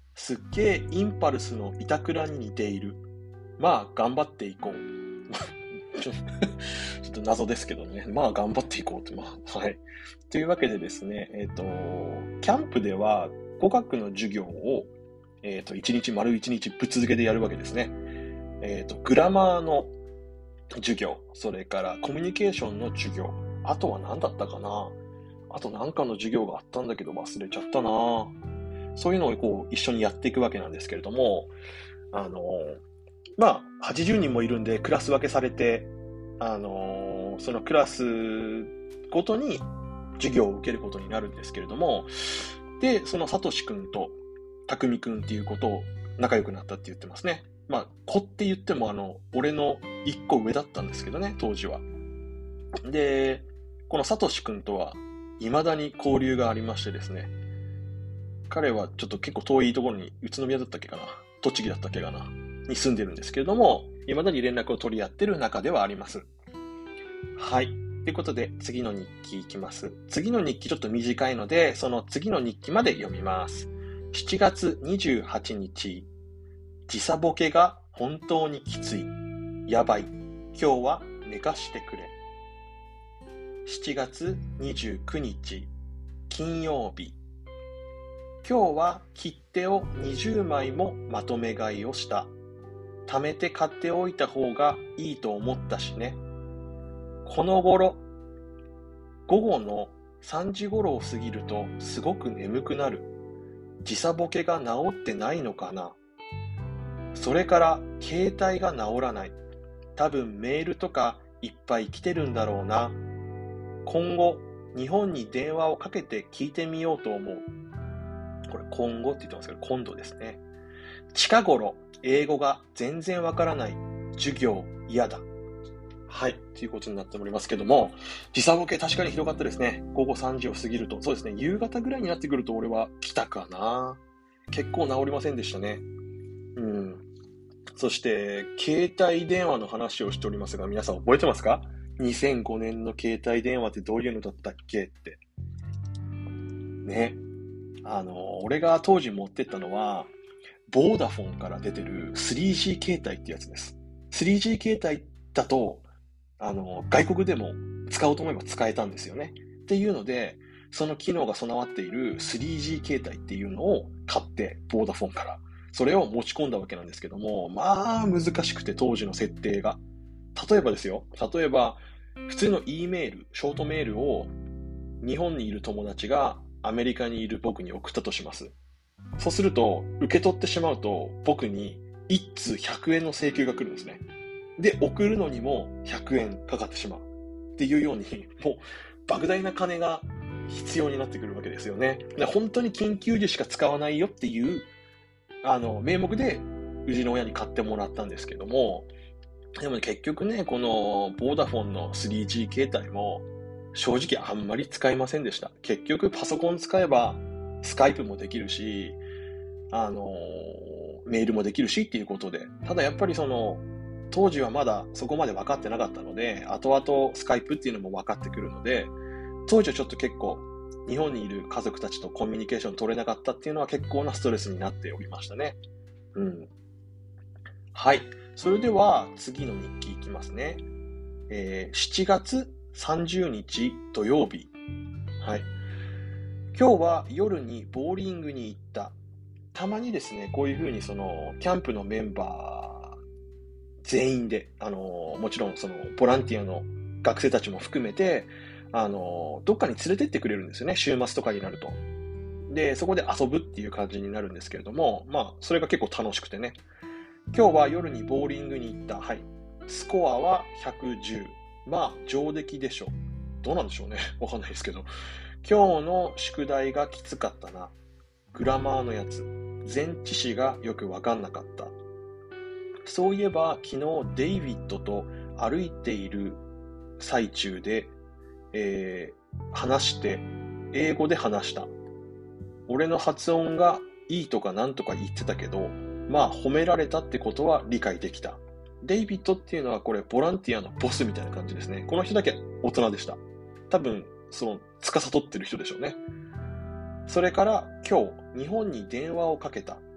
すっげえインパルスの板倉に似ている。まあ、頑張っていこう。ちょちょっと謎ですけどね。まあ、頑張っていこうって、まあ、はい。というわけでですね、えっと、キャンプでは語学の授業を、えっと、一日、丸一日ぶっ続けでやるわけですね。えっと、グラマーの授業、それからコミュニケーションの授業、あとは何だったかな。あと何かの授業があったんだけど忘れちゃったな。そういうのをこう一緒にやっていくわけなんですけれども、あの、まあ、はちじゅうにんもいるんでクラス分けされて、あの、そのクラスごとに授業を受けることになるんですけれども、で、そのサトシ君とタクミ君っていうことを仲良くなったって言ってますね。まあ、子って言ってもあの、俺の一個上だったんですけどね、当時は。で、このサトシ君とは未だに交流がありましてですね、彼はちょっと結構遠いところに、宇都宮だったっけかな、栃木だったっけかな、に住んでるんですけれども、未だに連絡を取り合ってる中ではあります。はい。ということで、次の日記いきます。次の日記ちょっと短いので、その次の日記まで読みます。しちがつにじゅうはちにち、時差ボケが本当にきつい。やばい。今日は寝かしてくれ。しちがつにじゅうくにち、金曜日。今日は切手をにじゅうまいもまとめ買いをした。貯めて買っておいた方がいいと思ったしね。この頃、午後のさんじ頃を過ぎるとすごく眠くなる。時差ボケが治ってないのかな。それから携帯が治らない。多分メールとかいっぱい来てるんだろうな。今後、日本に電話をかけて聞いてみようと思う。これ今後って言ってますけど、今度ですね。近頃、英語が全然わからない。授業嫌だ。はい。ということになっておりますけども、時差ボケ確かにひどかったですね。午後さんじを過ぎると。そうですね。夕方ぐらいになってくると俺は来たかな。結構治りませんでしたね。うん。そして、携帯電話の話をしておりますが、皆さん覚えてますか？ にせんご 年の携帯電話ってどういうのだったっけって。ね。あの、俺が当時持ってったのは、ボーダフォンから出てる スリージー 携帯ってやつです。スリージー 携帯だと、あの、外国でも使おうと思えば使えたんですよね。っていうので、その機能が備わっている スリージー 携帯っていうのを買って、ボーダフォンから。それを持ち込んだわけなんですけども、まあ難しくて当時の設定が。例えばですよ。例えば、普通の E メール、ショートメールを日本にいる友達がアメリカにいる僕に送ったとします。そうすると、受け取ってしまうと、僕にいち通ひゃくえんの請求が来るんですね。で、送るのにもひゃくえんかかってしまう。っていうように、もう、莫大な金が必要になってくるわけですよね。で本当に緊急時しか使わないよっていう、あの、名目で、うちの親に買ってもらったんですけども、でも、ね、結局ね、この、ボーダフォンの スリージー 携帯も、正直あんまり使いませんでした。結局パソコン使えば、スカイプもできるし、あのー、メールもできるしっていうことで。ただやっぱりその、当時はまだそこまで分かってなかったので、後々スカイプっていうのも分かってくるので、当時はちょっと結構、日本にいる家族たちとコミュニケーション取れなかったっていうのは結構なストレスになっておりましたね。うん。はい。それでは次の日記いきますね。えー、しちがつさんじゅうにち土曜日。はい。今日は夜にボーリングに行った。たまにですね、こういうふうにその、キャンプのメンバー全員で、あの、もちろんその、ボランティアの学生たちも含めて、あの、どっかに連れてってくれるんですよね、週末とかになると。で、そこで遊ぶっていう感じになるんですけれども、まあ、それが結構楽しくてね。今日は夜にボーリングに行った。はい。スコアはひゃくじゅう。まあ、上出来でしょう。どうなんでしょうね。わかんないですけど。今日の宿題がきつかったな。グラマーのやつ。前置詞がよくわかんなかった。そういえば昨日デイビッドと歩いている最中で、えー、話して、英語で話した。俺の発音がいいとかなんとか言ってたけど、まあ褒められたってことは理解できた。デイビッドっていうのはこれボランティアのボスみたいな感じですね。この人だけ大人でした。多分、その、司ってる人でしょうね。それから今日、日本に電話をかけた。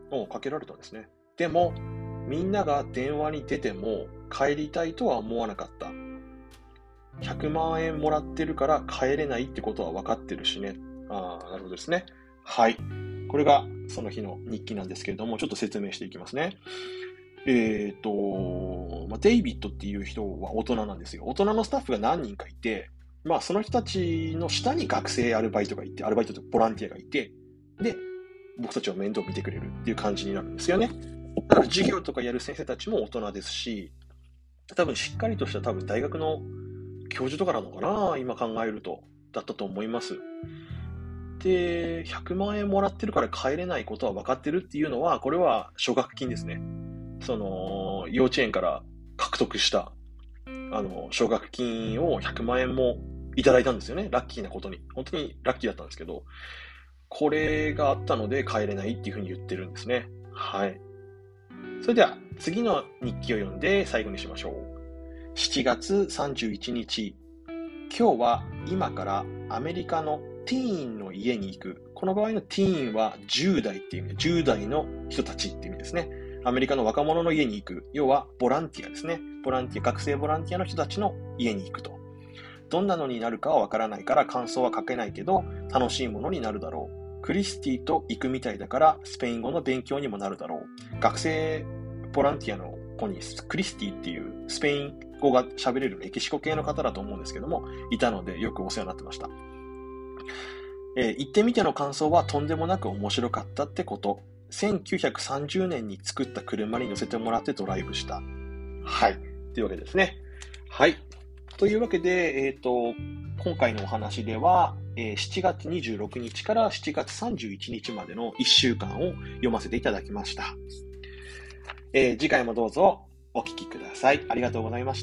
をかけられたんですね。でも、みんなが電話に出ても帰りたいとは思わなかった。ひゃくまんえんもらってるから帰れないってことは分かってるしね。ああ、なるほどですね。はい。これがその日の日記なんですけれども、ちょっと説明していきますね。えっと、まあ、デイビッドっていう人は大人なんですよ。大人のスタッフが何人かいて、まあその人たちの下に学生アルバイトがいて、アルバイトとボランティアがいて、で、僕たちを面倒見てくれるっていう感じになるんですよね。だから授業とかやる先生たちも大人ですし、多分しっかりとした多分大学の教授とかなのかな、今考えると。だったと思います。で、ひゃくまんえんもらってるから帰れないことは分かってるっていうのは、これは奨学金ですね。その、幼稚園から獲得した、あの、奨学金をひゃくまんえんもいただいたんですよね。ラッキーなことに。本当にラッキーだったんですけど、これがあったので帰れないっていうふうに言ってるんですね。はい。それでは、次の日記を読んで最後にしましょう。しちがつさんじゅういちにち、今日は今からアメリカのティーンの家に行く。この場合のティーンはじゅう代っていう意味で、じゅう代の人たちっていう意味ですね。アメリカの若者の家に行く。要はボランティアですね。ボランティア、学生ボランティアの人たちの家に行くと。どんなのになるかはわからないから感想は書けないけど、楽しいものになるだろう。クリスティと行くみたいだからスペイン語の勉強にもなるだろう。学生ボランティアの子にクリスティっていうスペイン語が喋れるメキシコ系の方だと思うんですけども、いたのでよくお世話になってました。えー、行ってみての感想はとんでもなく面白かったってこと。せんきゅうひゃくさんじゅうねんに作った車に乗せてもらってドライブした。はい。というわけですね。はい。というわけで、えっと、今回のお話では、えー、しちがつにじゅうろくにちからしちがつさんじゅういちにちまでのいっしゅうかんを読ませていただきました。えー、次回もどうぞお聞きください。ありがとうございました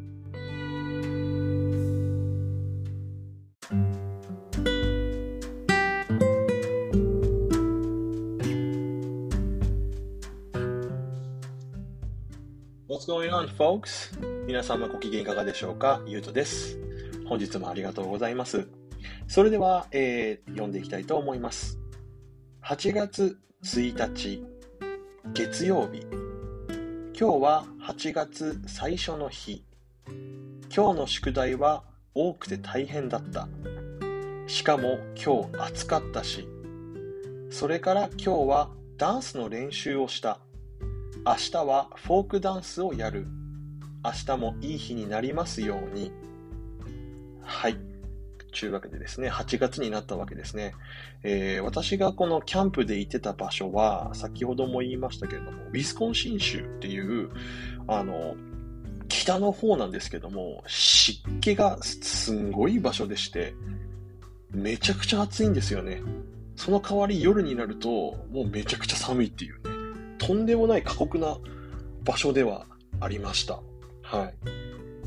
。What's going on, folks? 皆様ご機嫌いかがでしょうか？ゆうとです。本日もありがとうございます。それでは、えー、読んでいきたいと思います。はちがつついたち、月曜日。今日ははちがつ最初の日。今日の宿題は多くて大変だった。しかも今日暑かったし。それから今日はダンスの練習をした。明日はフォークダンスをやる。明日もいい日になりますように。はい。というわけでですね、はちがつになったわけですね。えー、私がこのキャンプで行ってた場所は、先ほども言いましたけれども、ウィスコンシン州っていう、あの、北の方なんですけども、湿気がすんごい場所でして、めちゃくちゃ暑いんですよね。その代わり夜になると、もうめちゃくちゃ寒いっていうね。とんでもない過酷な場所ではありました。はい。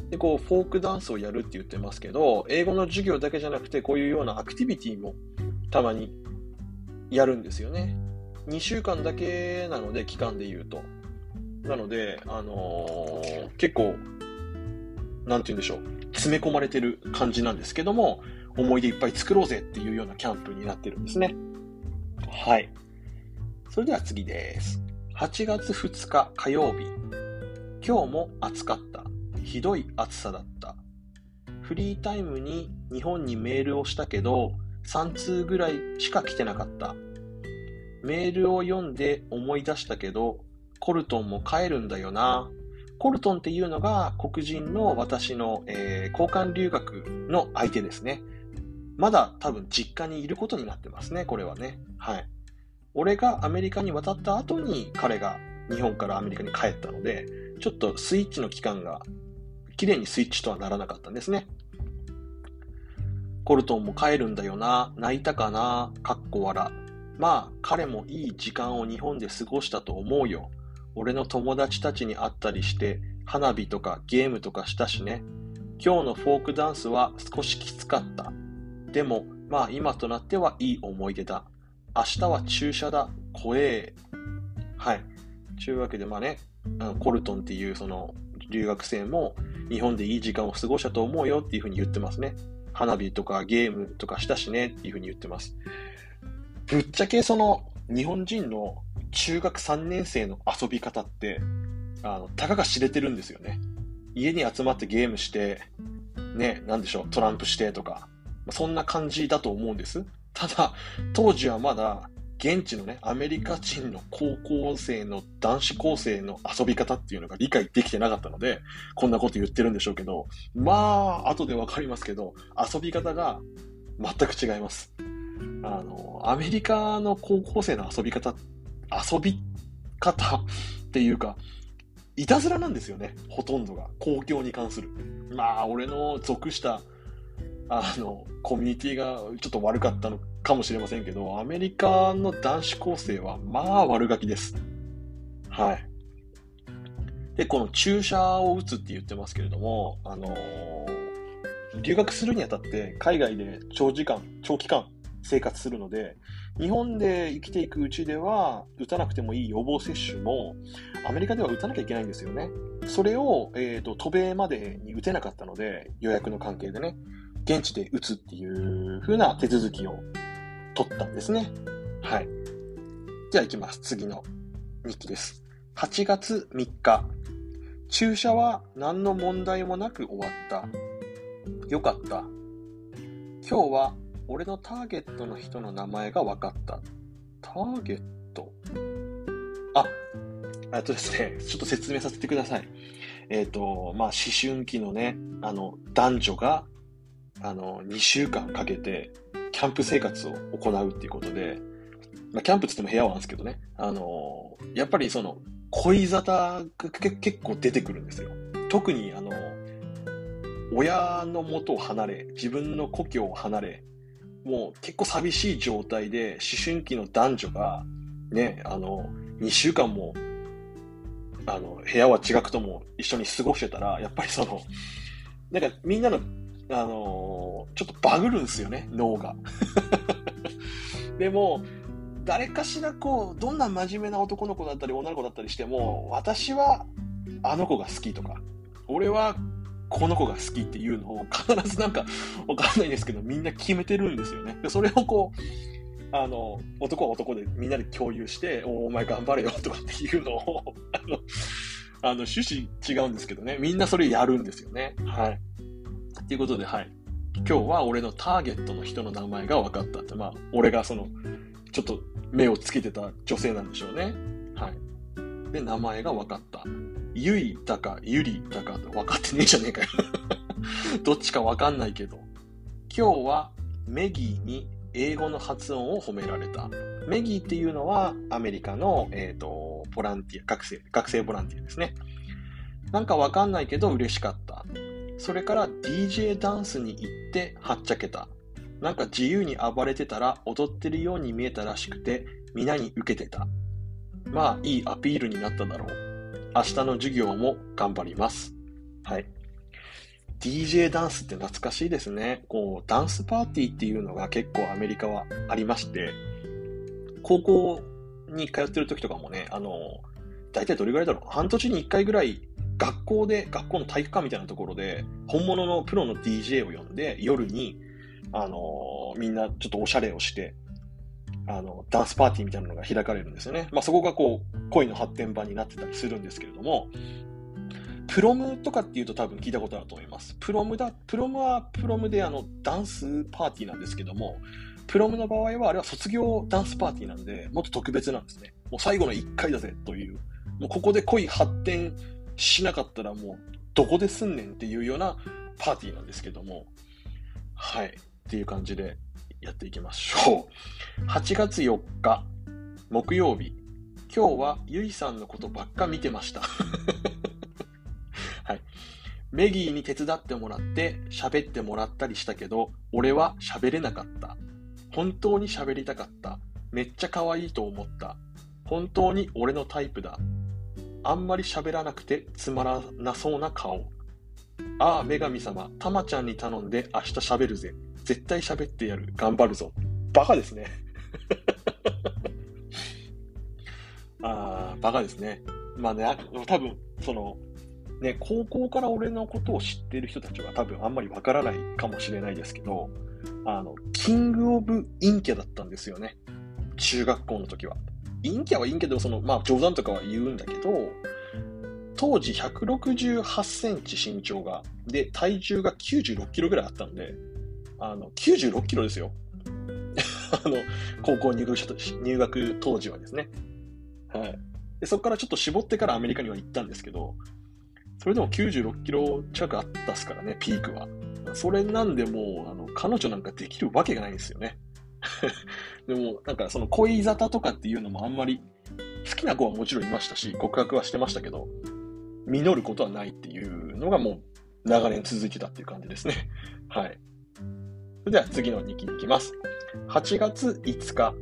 で、こう、フォークダンスをやるって言ってますけど、英語の授業だけじゃなくて、こういうようなアクティビティもたまにやるんですよね。にしゅうかんだけなので、期間で言うと。なので、あのー、結構、なんて言うんでしょう、詰め込まれてる感じなんですけども、思い出いっぱい作ろうぜっていうようなキャンプになってるんですね。はい。それでは次です。はちがつふつか火曜日。今日も暑かった。ひどい暑さだった。フリータイムに日本にメールをしたけど、さんつうぐらいしか来てなかった。メールを読んで思い出したけど、コルトンも帰るんだよな。コルトンっていうのが黒人の私の、えー、交換留学の相手ですね。まだ多分実家にいることになってますね、これはね。はい。俺がアメリカに渡った後に彼が日本からアメリカに帰ったので、ちょっとスイッチの期間が綺麗にスイッチとはならなかったんですね。コルトンも帰るんだよな、泣いたかな、かっこ笑。まあ彼もいい時間を日本で過ごしたと思うよ。俺の友達たちに会ったりして花火とかゲームとかしたしね。今日のフォークダンスは少しきつかった。でもまあ今となってはいい思い出だ。明日は注射だ。怖え。はい。というわけで、まあね、あのコルトンっていうその留学生も日本でいい時間を過ごしたと思うよっていうふうに言ってますね。花火とかゲームとかしたしねっていうふうに言ってます。ぶっちゃけその日本人の中学さんねん生の遊び方って、あの、たかが知れてるんですよね。家に集まってゲームして、ね、なんでしょう、トランプしてとか、そんな感じだと思うんです。ただ、当時はまだ、現地のね、アメリカ人の高校生の男子高生の遊び方っていうのが理解できてなかったので、こんなこと言ってるんでしょうけど、まあ、後でわかりますけど、遊び方が全く違います。あの、アメリカの高校生の遊び方、遊び方っていうか、いたずらなんですよね、ほとんどが。公共に関する。まあ、俺の属した、あの、コミュニティがちょっと悪かったのかもしれませんけど、アメリカの男子高生は、まあ、悪ガキです。はい。で、この注射を打つって言ってますけれども、あのー、留学するにあたって海外で長時間、長期間生活するので、日本で生きていくうちでは打たなくてもいい予防接種もアメリカでは打たなきゃいけないんですよね。それを、えーと、渡米までに打てなかったので、予約の関係でね、現地で打つっていう風な手続きを取ったんですね。はい。じゃあ行きます。次の日記です。はちがつみっか。注射は何の問題もなく終わった。よかった。今日は俺のターゲットの人の名前が分かった。ターゲットあ、えっとですね、ちょっと説明させてください。えっと、まあ、思春期のね、あの、男女が、あの、にしゅうかんかけて、キャンプ生活を行うっていうことで、まあ、キャンプって言っても部屋はあるんですけどね、あの、やっぱりその、恋沙汰が結構出てくるんですよ。特に、あの、親の元を離れ、自分の故郷を離れ、もう結構寂しい状態で、思春期の男女が、ね、あの、にしゅうかんも、あの、部屋は違くとも一緒に過ごしてたら、やっぱりその、なんかみんなの、あのーちょっとバグるんですよね、脳が。でも、誰かしらこう、どんな真面目な男の子だったり女の子だったりしても、私はあの子が好きとか、俺はこの子が好きっていうのを必ずなんかわかんないんですけど、みんな決めてるんですよね。でそれをこう、あの、男は男でみんなで共有して、お、お前頑張れよとかっていうのを、あの、あの趣旨違うんですけどね、みんなそれやるんですよね。はい。ということで、はい。今日は俺のターゲットの人の名前が分かったって、まあ、俺がその、ちょっと目をつけてた女性なんでしょうね。はい。で、名前が分かった。ゆいだか、ゆりだか、分かってねえじゃねえかよ。どっちか分かんないけど。今日はメギーに英語の発音を褒められた。メギーっていうのはアメリカの、えっと、ボランティア、学生、学生ボランティアですね。なんか分かんないけど嬉しかった。それから ディージェー ダンスに行ってはっちゃけた。なんか自由に暴れてたら踊ってるように見えたらしくて、皆に受けてた。まあいいアピールになっただろう。明日の授業も頑張ります。はい。ディージェー ダンスって懐かしいですね。こう、ダンスパーティーっていうのが結構アメリカはありまして、高校に通ってる時とかもね、あの、大体どれぐらいだろう、半年にいっかいぐらい学校で、学校の体育館みたいなところで、本物のプロの ディージェー を呼んで、夜に、あのー、みんなちょっとおしゃれをして、あの、ダンスパーティーみたいなのが開かれるんですよね。まあ、そこがこう、恋の発展場になってたりするんですけれども、プロムとかっていうと多分聞いたことあると思います。プロムだ、プロムはプロムであの、ダンスパーティーなんですけども、プロムの場合はあれは卒業ダンスパーティーなんで、もっと特別なんですね。もう最後のいっかいだぜという、もうここで恋発展しなかったらもうどこですんねんっていうようなパーティーなんですけども、はい、っていう感じでやっていきましょう。はちがつよっか木曜日、今日はゆいさんのことばっか見てました。はい。メギーに手伝ってもらって喋ってもらったりしたけど、俺は喋れなかった。本当に喋りたかった。めっちゃ可愛いと思った。本当に俺のタイプだ。あんまり喋らなくてつまらなそうな顔。ああ、女神様、たまちゃんに頼んで明日喋るぜ。絶対喋ってやる。頑張るぞ。バカですね。ああ、バカですね。まあね、多分、その、ね、高校から俺のことを知っている人たちは多分あんまりわからないかもしれないですけど、あの、キングオブ陰キャだったんですよね。中学校の時は。 陰キャは陰キャでもその、まあ冗談とかは言うんだけど、当時ひゃくろくじゅうはちセンチ身長が、で、体重がきゅうじゅうろっキロぐらいあったんで、あの、きゅうじゅうろっキロですよ。あの、高校入学したと、入学当時はですね。はい。で、そこからちょっと絞ってからアメリカには行ったんですけど、それでもきゅうじゅうろっキロ近くあったっすからね、ピークは。それなんでもう、あの、彼女なんかできるわけがないんですよね。でも、なんかその恋沙汰とかっていうのもあんまり、好きな子はもちろんいましたし、告白はしてましたけど、実ることはないっていうのがもう長年続いてたっていう感じですね。はい。それでは次の日記に行きます。はちがついつか、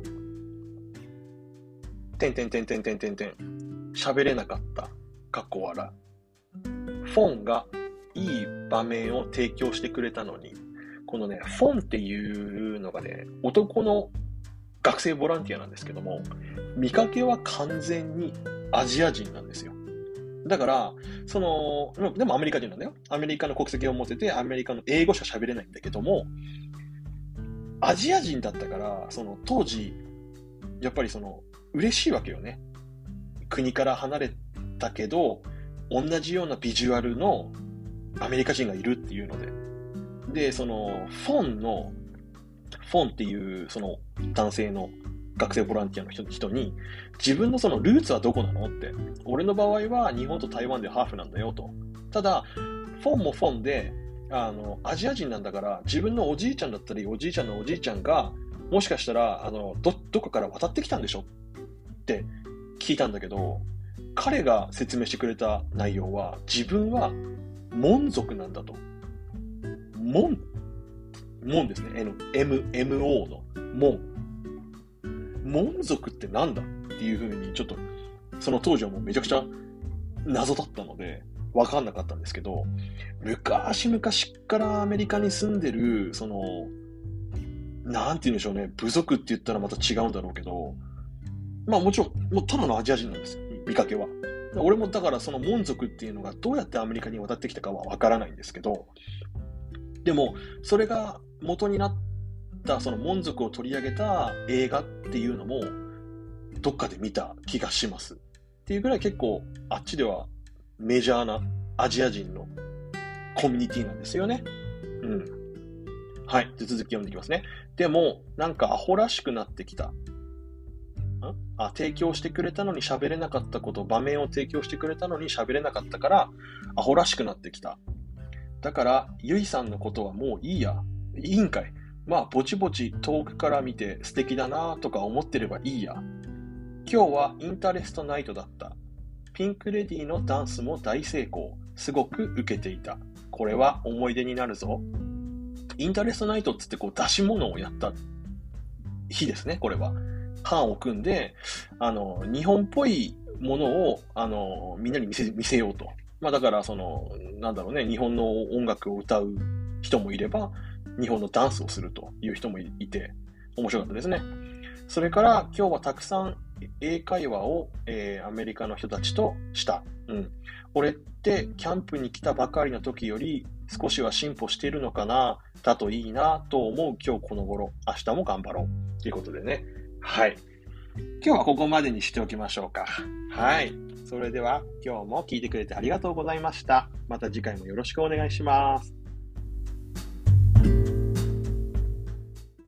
てんてんてんてんてんてんてん、喋れなかった、かっこ笑。フォンがいい場面を提供してくれたのに、このね、フォンっていうのがね、男の学生ボランティアなんですけども、見かけは完全にアジア人なんですよ。だから、その、でもアメリカ人なんだよ。アメリカの国籍を持ってて、アメリカの英語しか喋れないんだけども、アジア人だったから、その当時、やっぱりその、嬉しいわけよね。国から離れたけど、同じようなビジュアルのアメリカ人がいるっていうので。で、その、フォンの、フォンっていう、その、男性の学生ボランティアの人人に、自分のそのルーツはどこなのって。俺の場合は日本と台湾でハーフなんだよと。ただ、フォンもフォンで、あの、アジア人なんだから、自分のおじいちゃんだったり、おじいちゃんのおじいちゃんが、もしかしたら、あの、ど、どこから渡ってきたんでしょって聞いたんだけど、彼が説明してくれた内容は、自分はモン族なんだと。モン、モンですね。M、エムオー のモン。モン族ってなんだっていう風に、ちょっと、その当時はもうめちゃくちゃ謎だったので、わかんなかったんですけど、昔々からアメリカに住んでる、その、なんて言うんでしょうね、部族って言ったらまた違うんだろうけど、まあもちろん、もうただのアジア人なんですよ、見かけは。俺もだからそのモン族っていうのがどうやってアメリカに渡ってきたかはわからないんですけど、でも、それが元になったそのモン族を取り上げた映画っていうのも、どっかで見た気がします。っていうぐらい結構、あっちではメジャーなアジア人のコミュニティなんですよね。うん。はい。で、続き読んでいきますね。でも、なんかアホらしくなってきた。んあ、提供してくれたのに喋れなかったこと、場面を提供してくれたのに喋れなかったから、アホらしくなってきた。だから、ゆいさんのことはもういいや。いいんかい。まあ、ぼちぼち遠くから見て素敵だなとか思ってればいいや。今日はインタレストナイトだった。ピンクレディーのダンスも大成功。すごく受けていた。これは思い出になるぞ。インタレストナイトっつってこう出し物をやった日ですね、これは。班を組んで、あの、日本っぽいものを、あの、みんなに見せ、見せようと。まあだから、その、なんだろうね、日本の音楽を歌う人もいれば、日本のダンスをするという人もいて、面白かったですね。それから今日はたくさん英会話を、えー、アメリカの人たちとした。うん。俺ってキャンプに来たばかりの時より少しは進歩しているのかな、だといいなと思う今日この頃、明日も頑張ろう。ということでね。はい。今日はここまでにしておきましょうか。はい。それでは今日も聞いてくれてありがとうございました。また次回もよろしくお願いします。